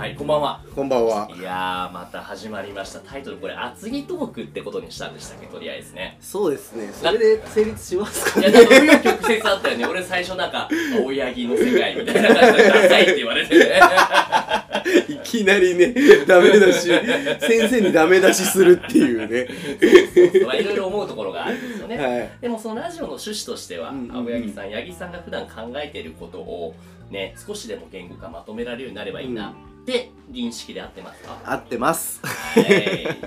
はい、こんばんは。 こんばんは。 いやー、また始まりました。タイトルこれ、厚木トークってことにしたんでしたっけ、とりあえずね。 そうですね。それで成立しますかいや、 ね。 なんか紆余曲折あったよね。俺最初なんか、青柳の世界みたいな感じで、ダサいって言われてね。 いきなりね、ダメ出し、先生にダメ出しするっていうね。 まあいろいろ思うところがあるんですよね。 はい。 でもそのラジオの趣旨としては、 うんうんうん青柳さん、八木さんが普段考えていることをね、少しでも言語化まとめられるようになればいいなって認識で合ってますか？ 合ってます。 はい。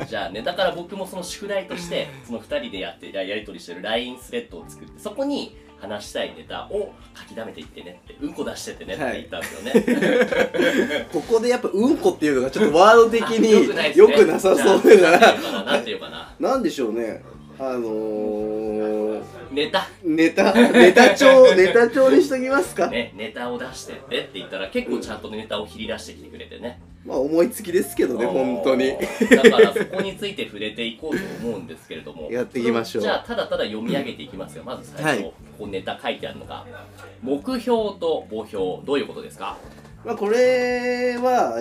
じゃあね、だから僕もその宿題として、その2人でやり取りしてる LINE スレッドを作って、そこに話したいネタを書き溜めていってねって、うんこ出してってねって言ったんですよね。 ここでやっぱうんこっていうのがちょっとワード的に良くないですね。 良くなさそうだな。 なんていうかな。 なんでしょうね。 ネタネタ帳にしときますか。 ね、ネタを出してってって言ったら結構ちゃんとネタを切り出してきてくれてね。 まあ思いつきですけどね、本当に。 だからそこについて触れていこうと思うんですけれども。 やっていきましょう。 じゃあただただ読み上げていきますよ。まず最初、 はい、 ここネタ書いてあるのが、目標と墓標、どういうことですか？ まあこれは、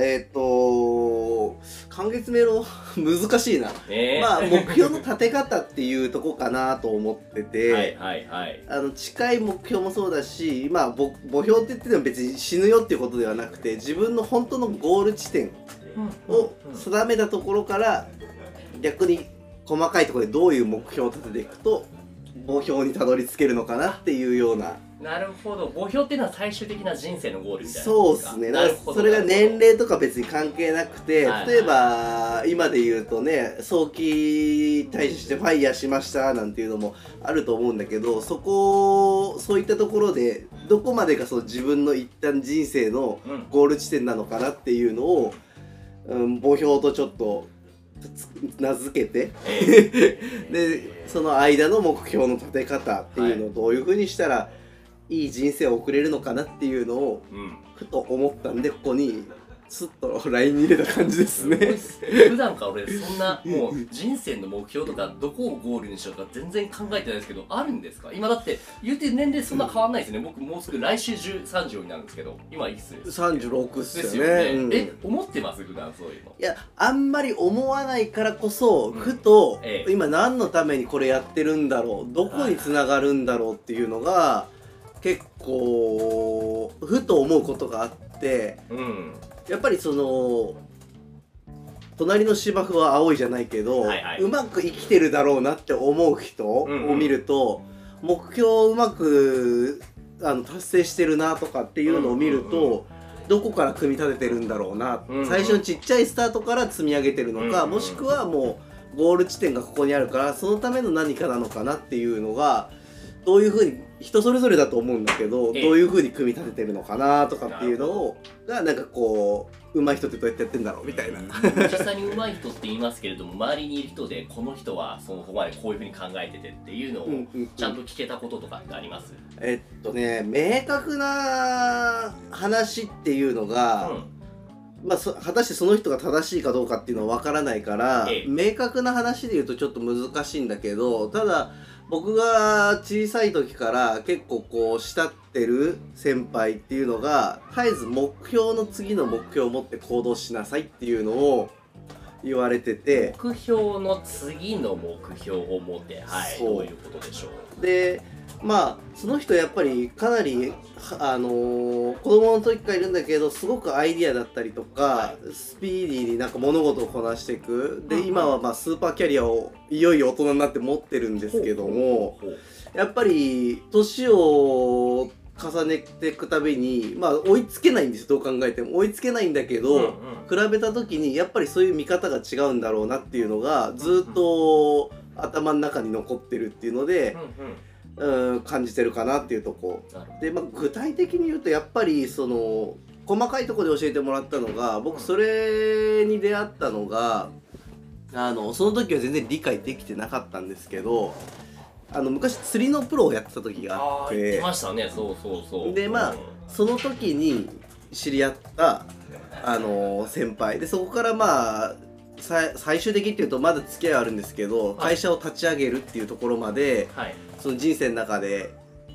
簡潔明朗難しいな。まあ目標の立て方っていうとこかなと思ってて、 はいはいはい。 近い目標もそうだし、まあ墓標って言ってても別に死ぬよっていうことではなくて、自分の本当のゴール地点を定めたところから逆に細かいところでどういう目標を立てていくと墓標にたどり着けるのかなっていうような。 なるほど。墓標っていうのは最終的な人生のゴールみたいな。 そうですね。それが年齢とか別に関係なくて、例えば今で言うとね、早期退社してファイヤーしましたなんていうのもあると思うんだけど、そういったところでどこまでがその自分の一旦人生のゴール地点なのかなっていうのを、墓標とちょっと名付けてでその間の目標の立て方っていうのをどういうふうにしたらいい人生を送れるのかなっていうのをふと思ったんで、ここにスッと LINE に入れた感じですね。 普段から俺そんなもう人生の目標とかどこをゴールにしようか全然考えてないですけど、あるんですか？今だって言うて年齢そんな変わんないですね。僕もうすぐ来週30になるんですけど、今いくつですか ？36っすよね。 ね。 思ってます？普段そういうの。 いや、あんまり思わないからこそ、ふと今何のためにこれやってるんだろう、どこにつながるんだろうっていうのが結構ふと思うことがあって、やっぱりその隣の芝生は青いじゃないけど、うまく生きてるだろうなって思う人を見ると、目標をうまく達成してるなとかっていうのを見ると、どこから組み立ててるんだろうな、最初のちっちゃいスタートから積み上げてるのか、もしくはもうゴール地点がここにあるからそのための何かなのかなっていうのが、どういうふうに人それぞれだと思うんだけど、どういうふうに組み立ててるのかなとかっていうのをがなんかこう上手い人ってどうやってやってんだろうみたいな。 実際に上手い人って言いますけれども、周りにいる人でこの人はそこまでこういうふうに考えててっていうのをちゃんと聞けたこととかってあります？ 明確な話っていうのが、まあ、果たしてその人が正しいかどうかっていうのは分からないから、明確な話で言うとちょっと難しいんだけど、ただ僕が小さい時から結構こう慕ってる先輩っていうのが、絶えず目標の次の目標を持って行動しなさいっていうのを言われてて、 目標の次の目標を持って、はい、どういうことでしょう。 でまあその人やっぱりかなり子供の時からいるんだけど、すごくアイディアだったりとか、スピーディーになんか物事をこなしていく。で今はまあスーパーキャリアをいよいよ大人になって持ってるんですけども、やっぱり年を重ねていくたびにまあ追いつけないんですよ。どう考えても追いつけないんだけど、比べた時にやっぱりそういう見方が違うんだろうなっていうのがずっと頭の中に残ってるっていうので、感じてるかなっていうとこで、まあ、具体的に言うとやっぱりその細かいところで教えてもらったのが、僕それに出会ったのがその時は全然理解できてなかったんですけど、昔釣りのプロをやってた時があって、 言ってましたね。そうそうそう。 でまあその時に知り合った先輩で、そこからまあ最終的っていうとまだ付き合いはあるんですけど、会社を立ち上げるっていうところまで、その人生の中で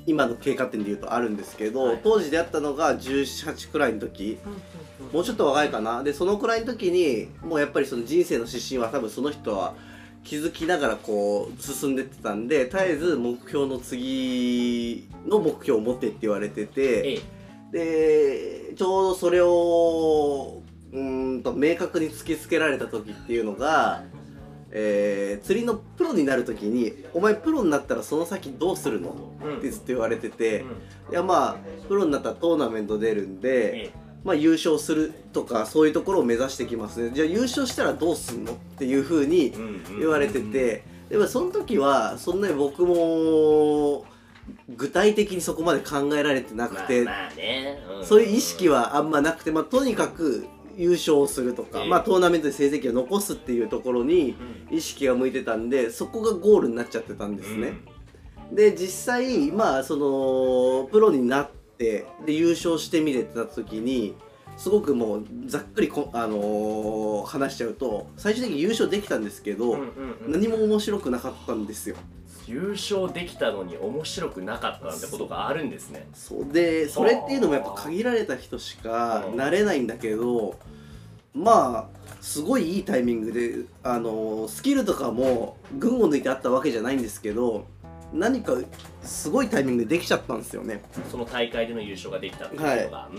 今の経過点でいうとあるんですけど、 はい、 当時出会ったのが17、8くらいの時、もうちょっと若いかな。でそのくらいの時にもうやっぱりその人生の指針は多分その人は気づきながらこう進んでってたんで、絶えず目標の次の目標を持ってって言われてて、でちょうどそれを明確に突きつけられた時っていうのが、釣りのプロになる時に「お前プロになったらその先どうするの?」ってずっと言われてて、いやまあプロになったらトーナメント出るんで、まあ優勝するとかそういうところを目指してきますね。じゃあ優勝したらどうすんのっていう風に言われてて、でもその時はそんなに僕も具体的にそこまで考えられてなくて、そういう意識はあんまなくて、まあとにかく優勝するとか、まあトーナメントで成績を残すっていうところに意識が向いてたんで、そこがゴールになっちゃってたんですね。で実際まあそのプロになってで優勝してみてってなった時に、すごくもうざっくり話しちゃうと、最終的に優勝できたんですけど、何も面白くなかったんですよ。 優勝できたのに面白くなかったなんてことがあるんですね。 そうで、それっていうのもやっぱ限られた人しかなれないんだけど、まあすごいいいタイミングでスキルとかも群を抜いてあったわけじゃないんですけど、何かすごいタイミングでできちゃったんですよね。 その大会での優勝ができたっていうのが、 はい、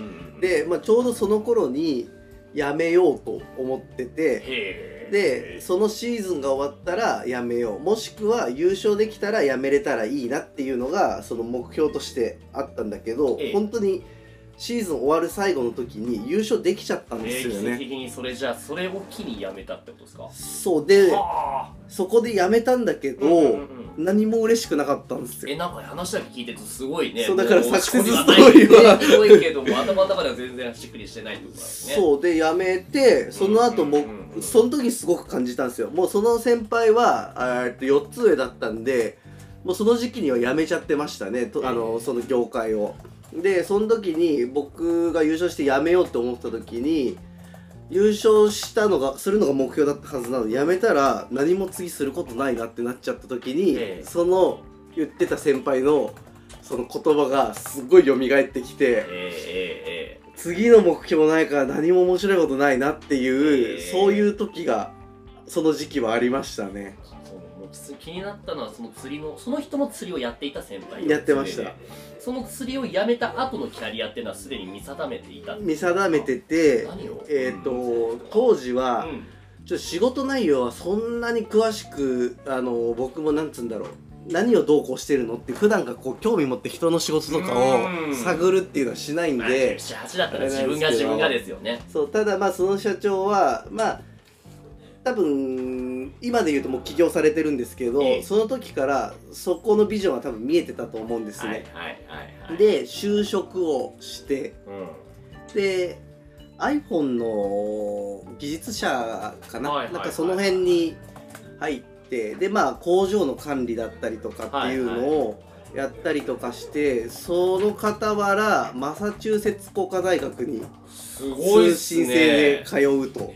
で、まあ、ちょうどその頃にやめようと思ってて、でそのシーズンが終わったらやめよう、もしくは優勝できたらやめれたらいいなっていうのがその目標としてあったんだけど、本当にシーズン終わる最後の時に優勝できちゃったんですよね。 奇跡的にそれを機にやめたってことですか？ そうで、そこでやめたんだけど、何も嬉しくなかったんですよ。 なんか話だけ聞いてるとすごいね。 そうだからサクセスストーリーはすごいけども、頭の中では全然しっくりしてないってことなんですね。 そうでやめて、その後もその時すごく感じたんですよ。もうその先輩は4つ上だったんで、もうその時期にはやめちゃってましたね、その業界を。でその時に僕が優勝してやめようって思った時に、優勝するのが目標だったはずなのに、やめたら何も次することないなってなっちゃった時に、その言ってた先輩のその言葉がすごい蘇ってきて、次の目標ないから何も面白いことないなっていう、そういう時がその時期はありましたね。 気になったのはその人も釣りをやっていた先輩やってました。 その釣りをやめた後のキャリアっていうのはすでに見定めていたんですか？ 見定めてて、当時は、ちょっと仕事内容はそんなに詳しく僕もなんつうんだろう、何をどうこうしてるのって普段からこう興味持って人の仕事とかを探るっていうのはしないんで、 7、8だったら自分がですよね。 そう、ただまあその社長はまあ多分今で言うともう起業されてるんですけど、その時からそこのビジョンは多分見えてたと思うんですね。で就職をして、で iPhone の技術者かな、なんかその辺に入って、でまあ工場の管理だったりとかっていうのをやったりとかして、その傍らマサチューセッツ工科大学に通信制で通うと。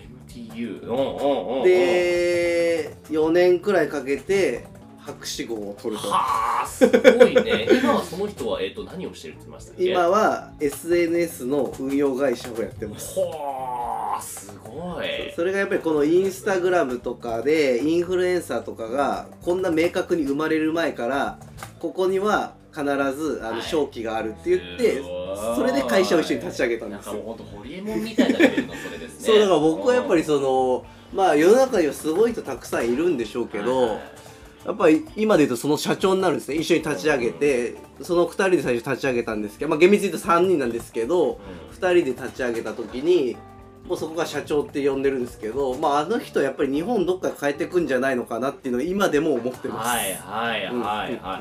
で4年くらいかけて博士号を取ると。 はあ、すごいね。今はその人は何をしてるって言いましたっけ？ 今は SNS の運用会社をやってます。 はあ、すごい。 それがやっぱりこのインスタグラムとかでインフルエンサーとかがこんな明確に生まれる前から、ここには必ず商機があるって言って、それで会社を一緒に立ち上げたんですよ。 なんかもうほんとホリエモンみたいなレベルのそれですね。 そうだから僕はやっぱりまあ世の中にはすごい人たくさんいるんでしょうけど、やっぱり今で言うとその社長になるんですね。一緒に立ち上げて、その2人で最初立ち上げたんですけど、まあ厳密に言うと3人なんですけど、2人で立ち上げた時にもうそこが社長って呼んでるんですけど、まああの人はやっぱり日本どっか変えていくんじゃないのかなっていうのを今でも思ってます。 なるほど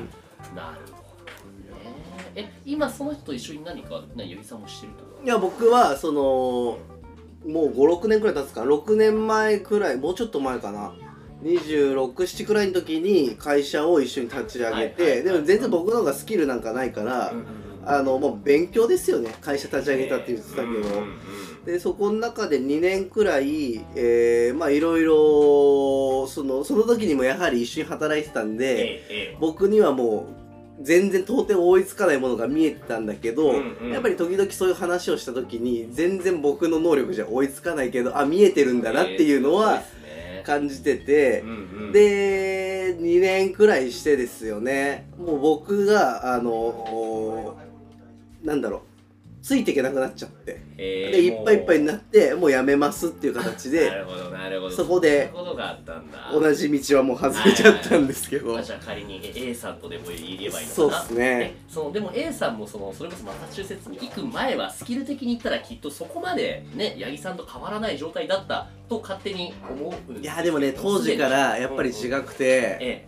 ね。今その人と一緒に何か八木さんもしてるとか？ いや僕はもう5、6年くらい経つか、6年前くらい、もうちょっと前かな、26、7くらいの時に会社を一緒に立ち上げて、でも全然僕の方がスキルなんかないから、もう勉強ですよね。会社立ち上げたって言ってたけど、でそこの中で2年くらいまあいろいろその時にもやはり一緒に働いてたんで、僕にはもう全然到底追いつかないものが見えてたんだけど、 うんうん、 やっぱり時々そういう話をした時に全然僕の能力じゃ追いつかないけど、あ、見えてるんだなっていうのは感じてて、 うんうん、 で2年くらいしてですよね、もう僕がなんだろう、ついていけなくなっちゃって、でいっぱいいっぱいになってもうやめますっていう形でなるほどなるほど、 そこで同じ道はもう外れちゃったんですけど、 じゃあ仮に A さんとでも言えばいいのかな。 そうですね。 でも A さんもそれこそマサチューセッツに行く前はスキル的に言ったらきっとそこまでね八木さんと変わらない状態だったと勝手に思うんですけど、 いやでもね当時からやっぱり違くて、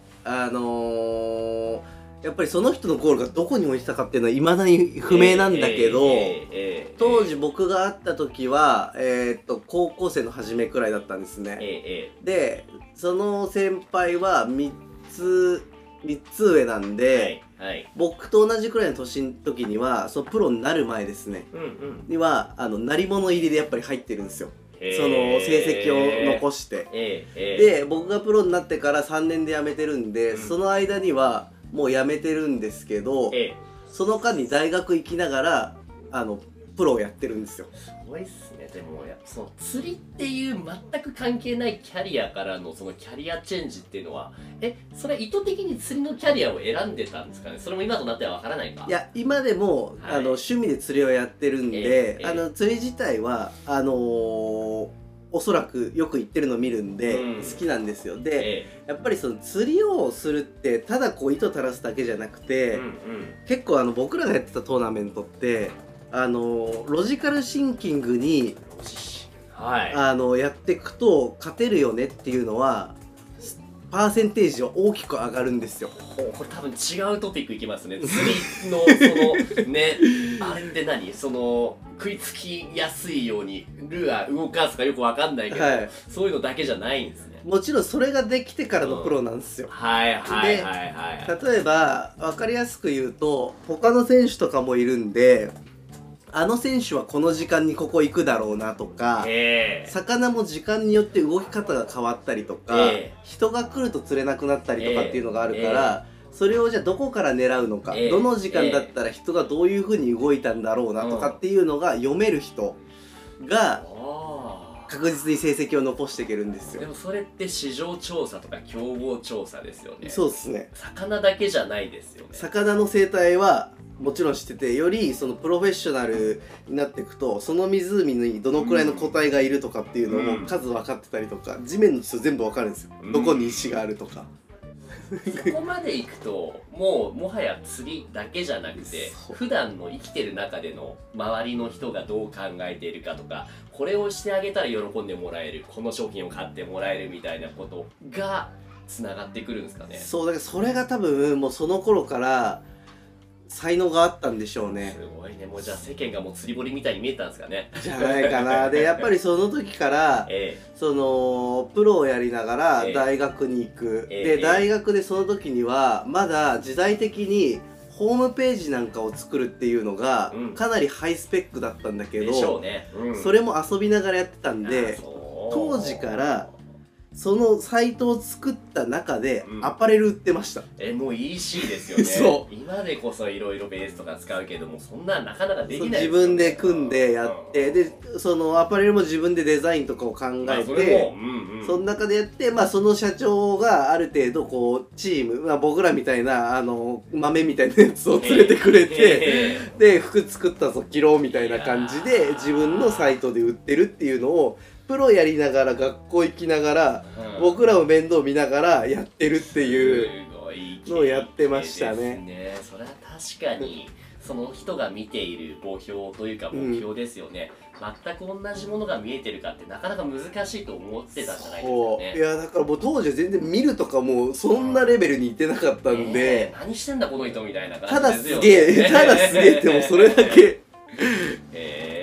やっぱりその人のゴールがどこに置いてたかっていうのは未だに不明なんだけど、当時僕が会った時は、高校生の初めくらいだったんですね。でその先輩は3つ上なんで、僕と同じくらいの年の時にはそのプロになる前ですね、には鳴り物入りでやっぱり入ってるんですよ。その成績を残して、で僕がプロになってから3年で辞めてるんで、その間にはもう辞めてるんですけど、その間に大学行きながらプロをやってるんですよ。 すごいっすね。でもその釣りっていう全く関係ないキャリアからのそのキャリアチェンジっていうのは、それ意図的に釣りのキャリアを選んでたんですかね。それも今となってはわからないか。 いや今でも、趣味で釣りをやってるんで、釣り自体はおそらくよく行ってるのを見るんで、好きなんですよ。で、やっぱりその釣りをするってただこう糸垂らすだけじゃなくて、結構僕らがやってたトーナメントってロジカルシンキングに、やっていくと勝てるよねっていうのはパーセンテージは大きく上がるんですよ。 これ多分違うトピックいきますね。釣りのそのねあれって何、その食いつきやすいようにルアー動かすかよくわかんないけど、そういうのだけじゃないんですね。 もちろんそれができてからのプロなんですよ。で例えば分かりやすく言うと他の選手とかもいるんで、選手はこの時間にここ行くだろうなとか、魚も時間によって動き方が変わったりとか、人が来ると釣れなくなったりとかっていうのがあるから、それをじゃあどこから狙うのか、どの時間だったら人がどういう風に動いたんだろうなとかっていうのが読める人が確実に成績を残していけるんですよ。 でもそれって市場調査とか競合調査ですよね。 そうですね。 魚だけじゃないですよね。 魚の生態はもちろん知ってて、よりそのプロフェッショナルになっていくとその湖にどのくらいの個体がいるとかっていうのも数分かってたりとか、地面の地層全部分かるんですよ、どこに石があるとか。 そこまでいくともはや釣りだけじゃなくて普段の生きてる中での周りの人がどう考えているかとか、これをしてあげたら喜んでもらえる、この商品を買ってもらえるみたいなことがつながってくるんですかね。 そうだからそれが多分もうその頃から才能があったんでしょうね。 すごいね。もうじゃあ世間がもう釣り堀みたいに見えたんですかね。 じゃないかな。でやっぱりその時から、そのプロをやりながら大学に行く、で大学でその時にはまだ時代的にホームページなんかを作るっていうのがかなりハイスペックだったんだけど、それも遊びながらやってたんで、当時からそのサイトを作った中でアパレル売ってました。 もう EC ですよね。そう今でこそいろいろベースとか使うけども、そんななかなかできないですよね。 自分で組んでやって、でそのアパレルも自分でデザインとかを考えて、その中でやって、その社長がある程度こうチーム、僕らみたいな豆みたいなやつを連れてくれて、で服作ったぞ着ろうみたいな感じで自分のサイトで売ってるっていうのをプロやりながら学校行きながら、僕らも面倒見ながらやってるっていうのをやってましたね。 それは確かにその人が見ている目標というか目標ですよね。全く同じものが見えてるかってなかなか難しいと思ってたんじゃないですかね。 いやだからもう当時は全然見るとかもそんなレベルにいってなかったんで、 何してんだこの人みたいなただ感じですよね。 ただすげえってもそれだけでも今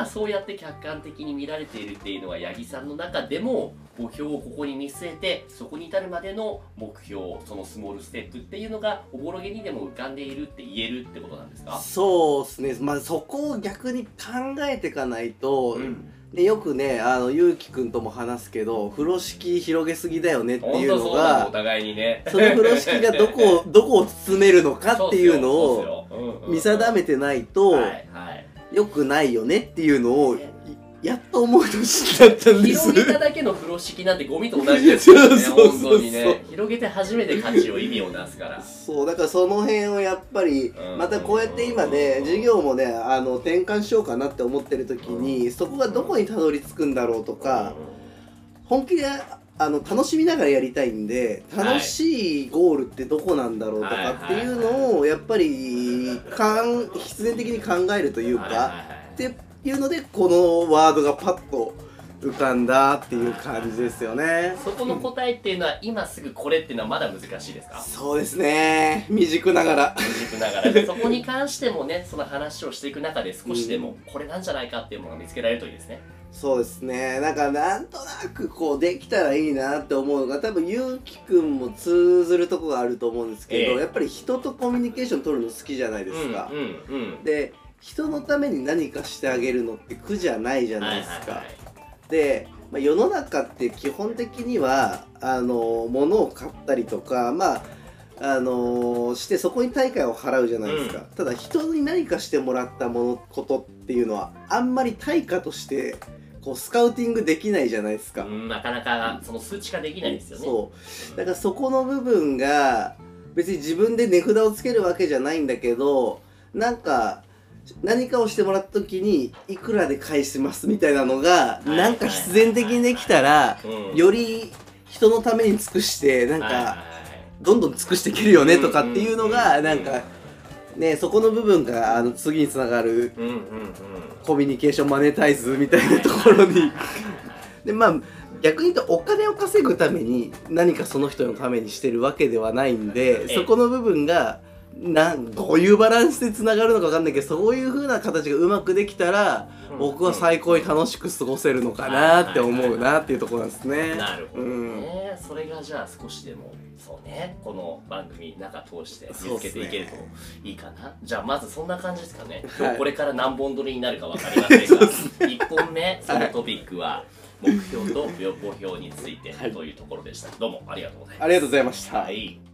今そうやって客観的に見られているっていうのは八木さんの中でも目標をここに見据えてそこに至るまでの目標、そのスモールステップっていうのがおぼろげにでも浮かんでいるって言えるってことなんですか？ そうですね、まあ、そこを逆に考えていかないと、 うんでよくねゆうきくんとも話すけど風呂敷広げすぎだよねっていうの本当そうだね、おが互いにね。 その風呂敷がどこを包めるのかっていうのを見定めてないと良くないよねっていうのをやっと思う年だったんです。 広げただけの風呂敷なんてゴミと同じですよね。 そう本当にね、広げて初めて価値を意味を出すから。 そうだからその辺をやっぱりまたこうやって今ね授業もね転換しようかなって思ってる時にそこがどこにたどり着くんだろうとか本気で楽しみながらやりたいんで楽しいゴールってどこなんだろうとかっていうのをやっぱり必然的に考えるというかっていうのでこのワードがパッと浮かんだっていう感じですよね。 そこの答えっていうのは今すぐこれっていうのはまだ難しいですか？ そうですね、未熟ながらそこに関してもね、その話をしていく中で少しでもこれなんじゃないかっていうものが見つけられるといいですね。 そうですね、なんとなくこうできたらいいなって思うのが多分ゆうきくんも通ずるとこがあると思うんですけど、やっぱり人とコミュニケーション取るの好きじゃないですか。で人のために何かしてあげるのって苦じゃないじゃないですか。で、世の中って基本的には物を買ったりとかしてそこに対価を払うじゃないですか。ただ人に何かしてもらったことっていうのはあんまり対価としてこうスカウティングできないじゃないですか。 なかなかその数値化できないですよね。 そうだからそこの部分が別に自分で値札をつけるわけじゃないんだけど何かをしてもらった時にいくらで返しますみたいなのが必然的にできたらより人のために尽くしてどんどん尽くしていけるよねとかっていうのがね、そこの部分が次につながるコミュニケーションマネタイズみたいなところにで逆に言うとお金を稼ぐために何かその人のためにしてるわけではないんでそこの部分がどういうバランスでつながるのか分かんないけどそういう風な形がうまくできたら僕は最高に楽しく過ごせるのかなって思うなっていうところなんですね。 なるほどね、それがじゃあ少しでもそうねこの番組中通して見つけていけるといいかな。じゃあまずそんな感じですかね。今日これから何本撮りになるか分かりませんが1本目そのトピックは目標と目標についてというところでした。どうもありがとうございます。 ありがとうございました。 はい。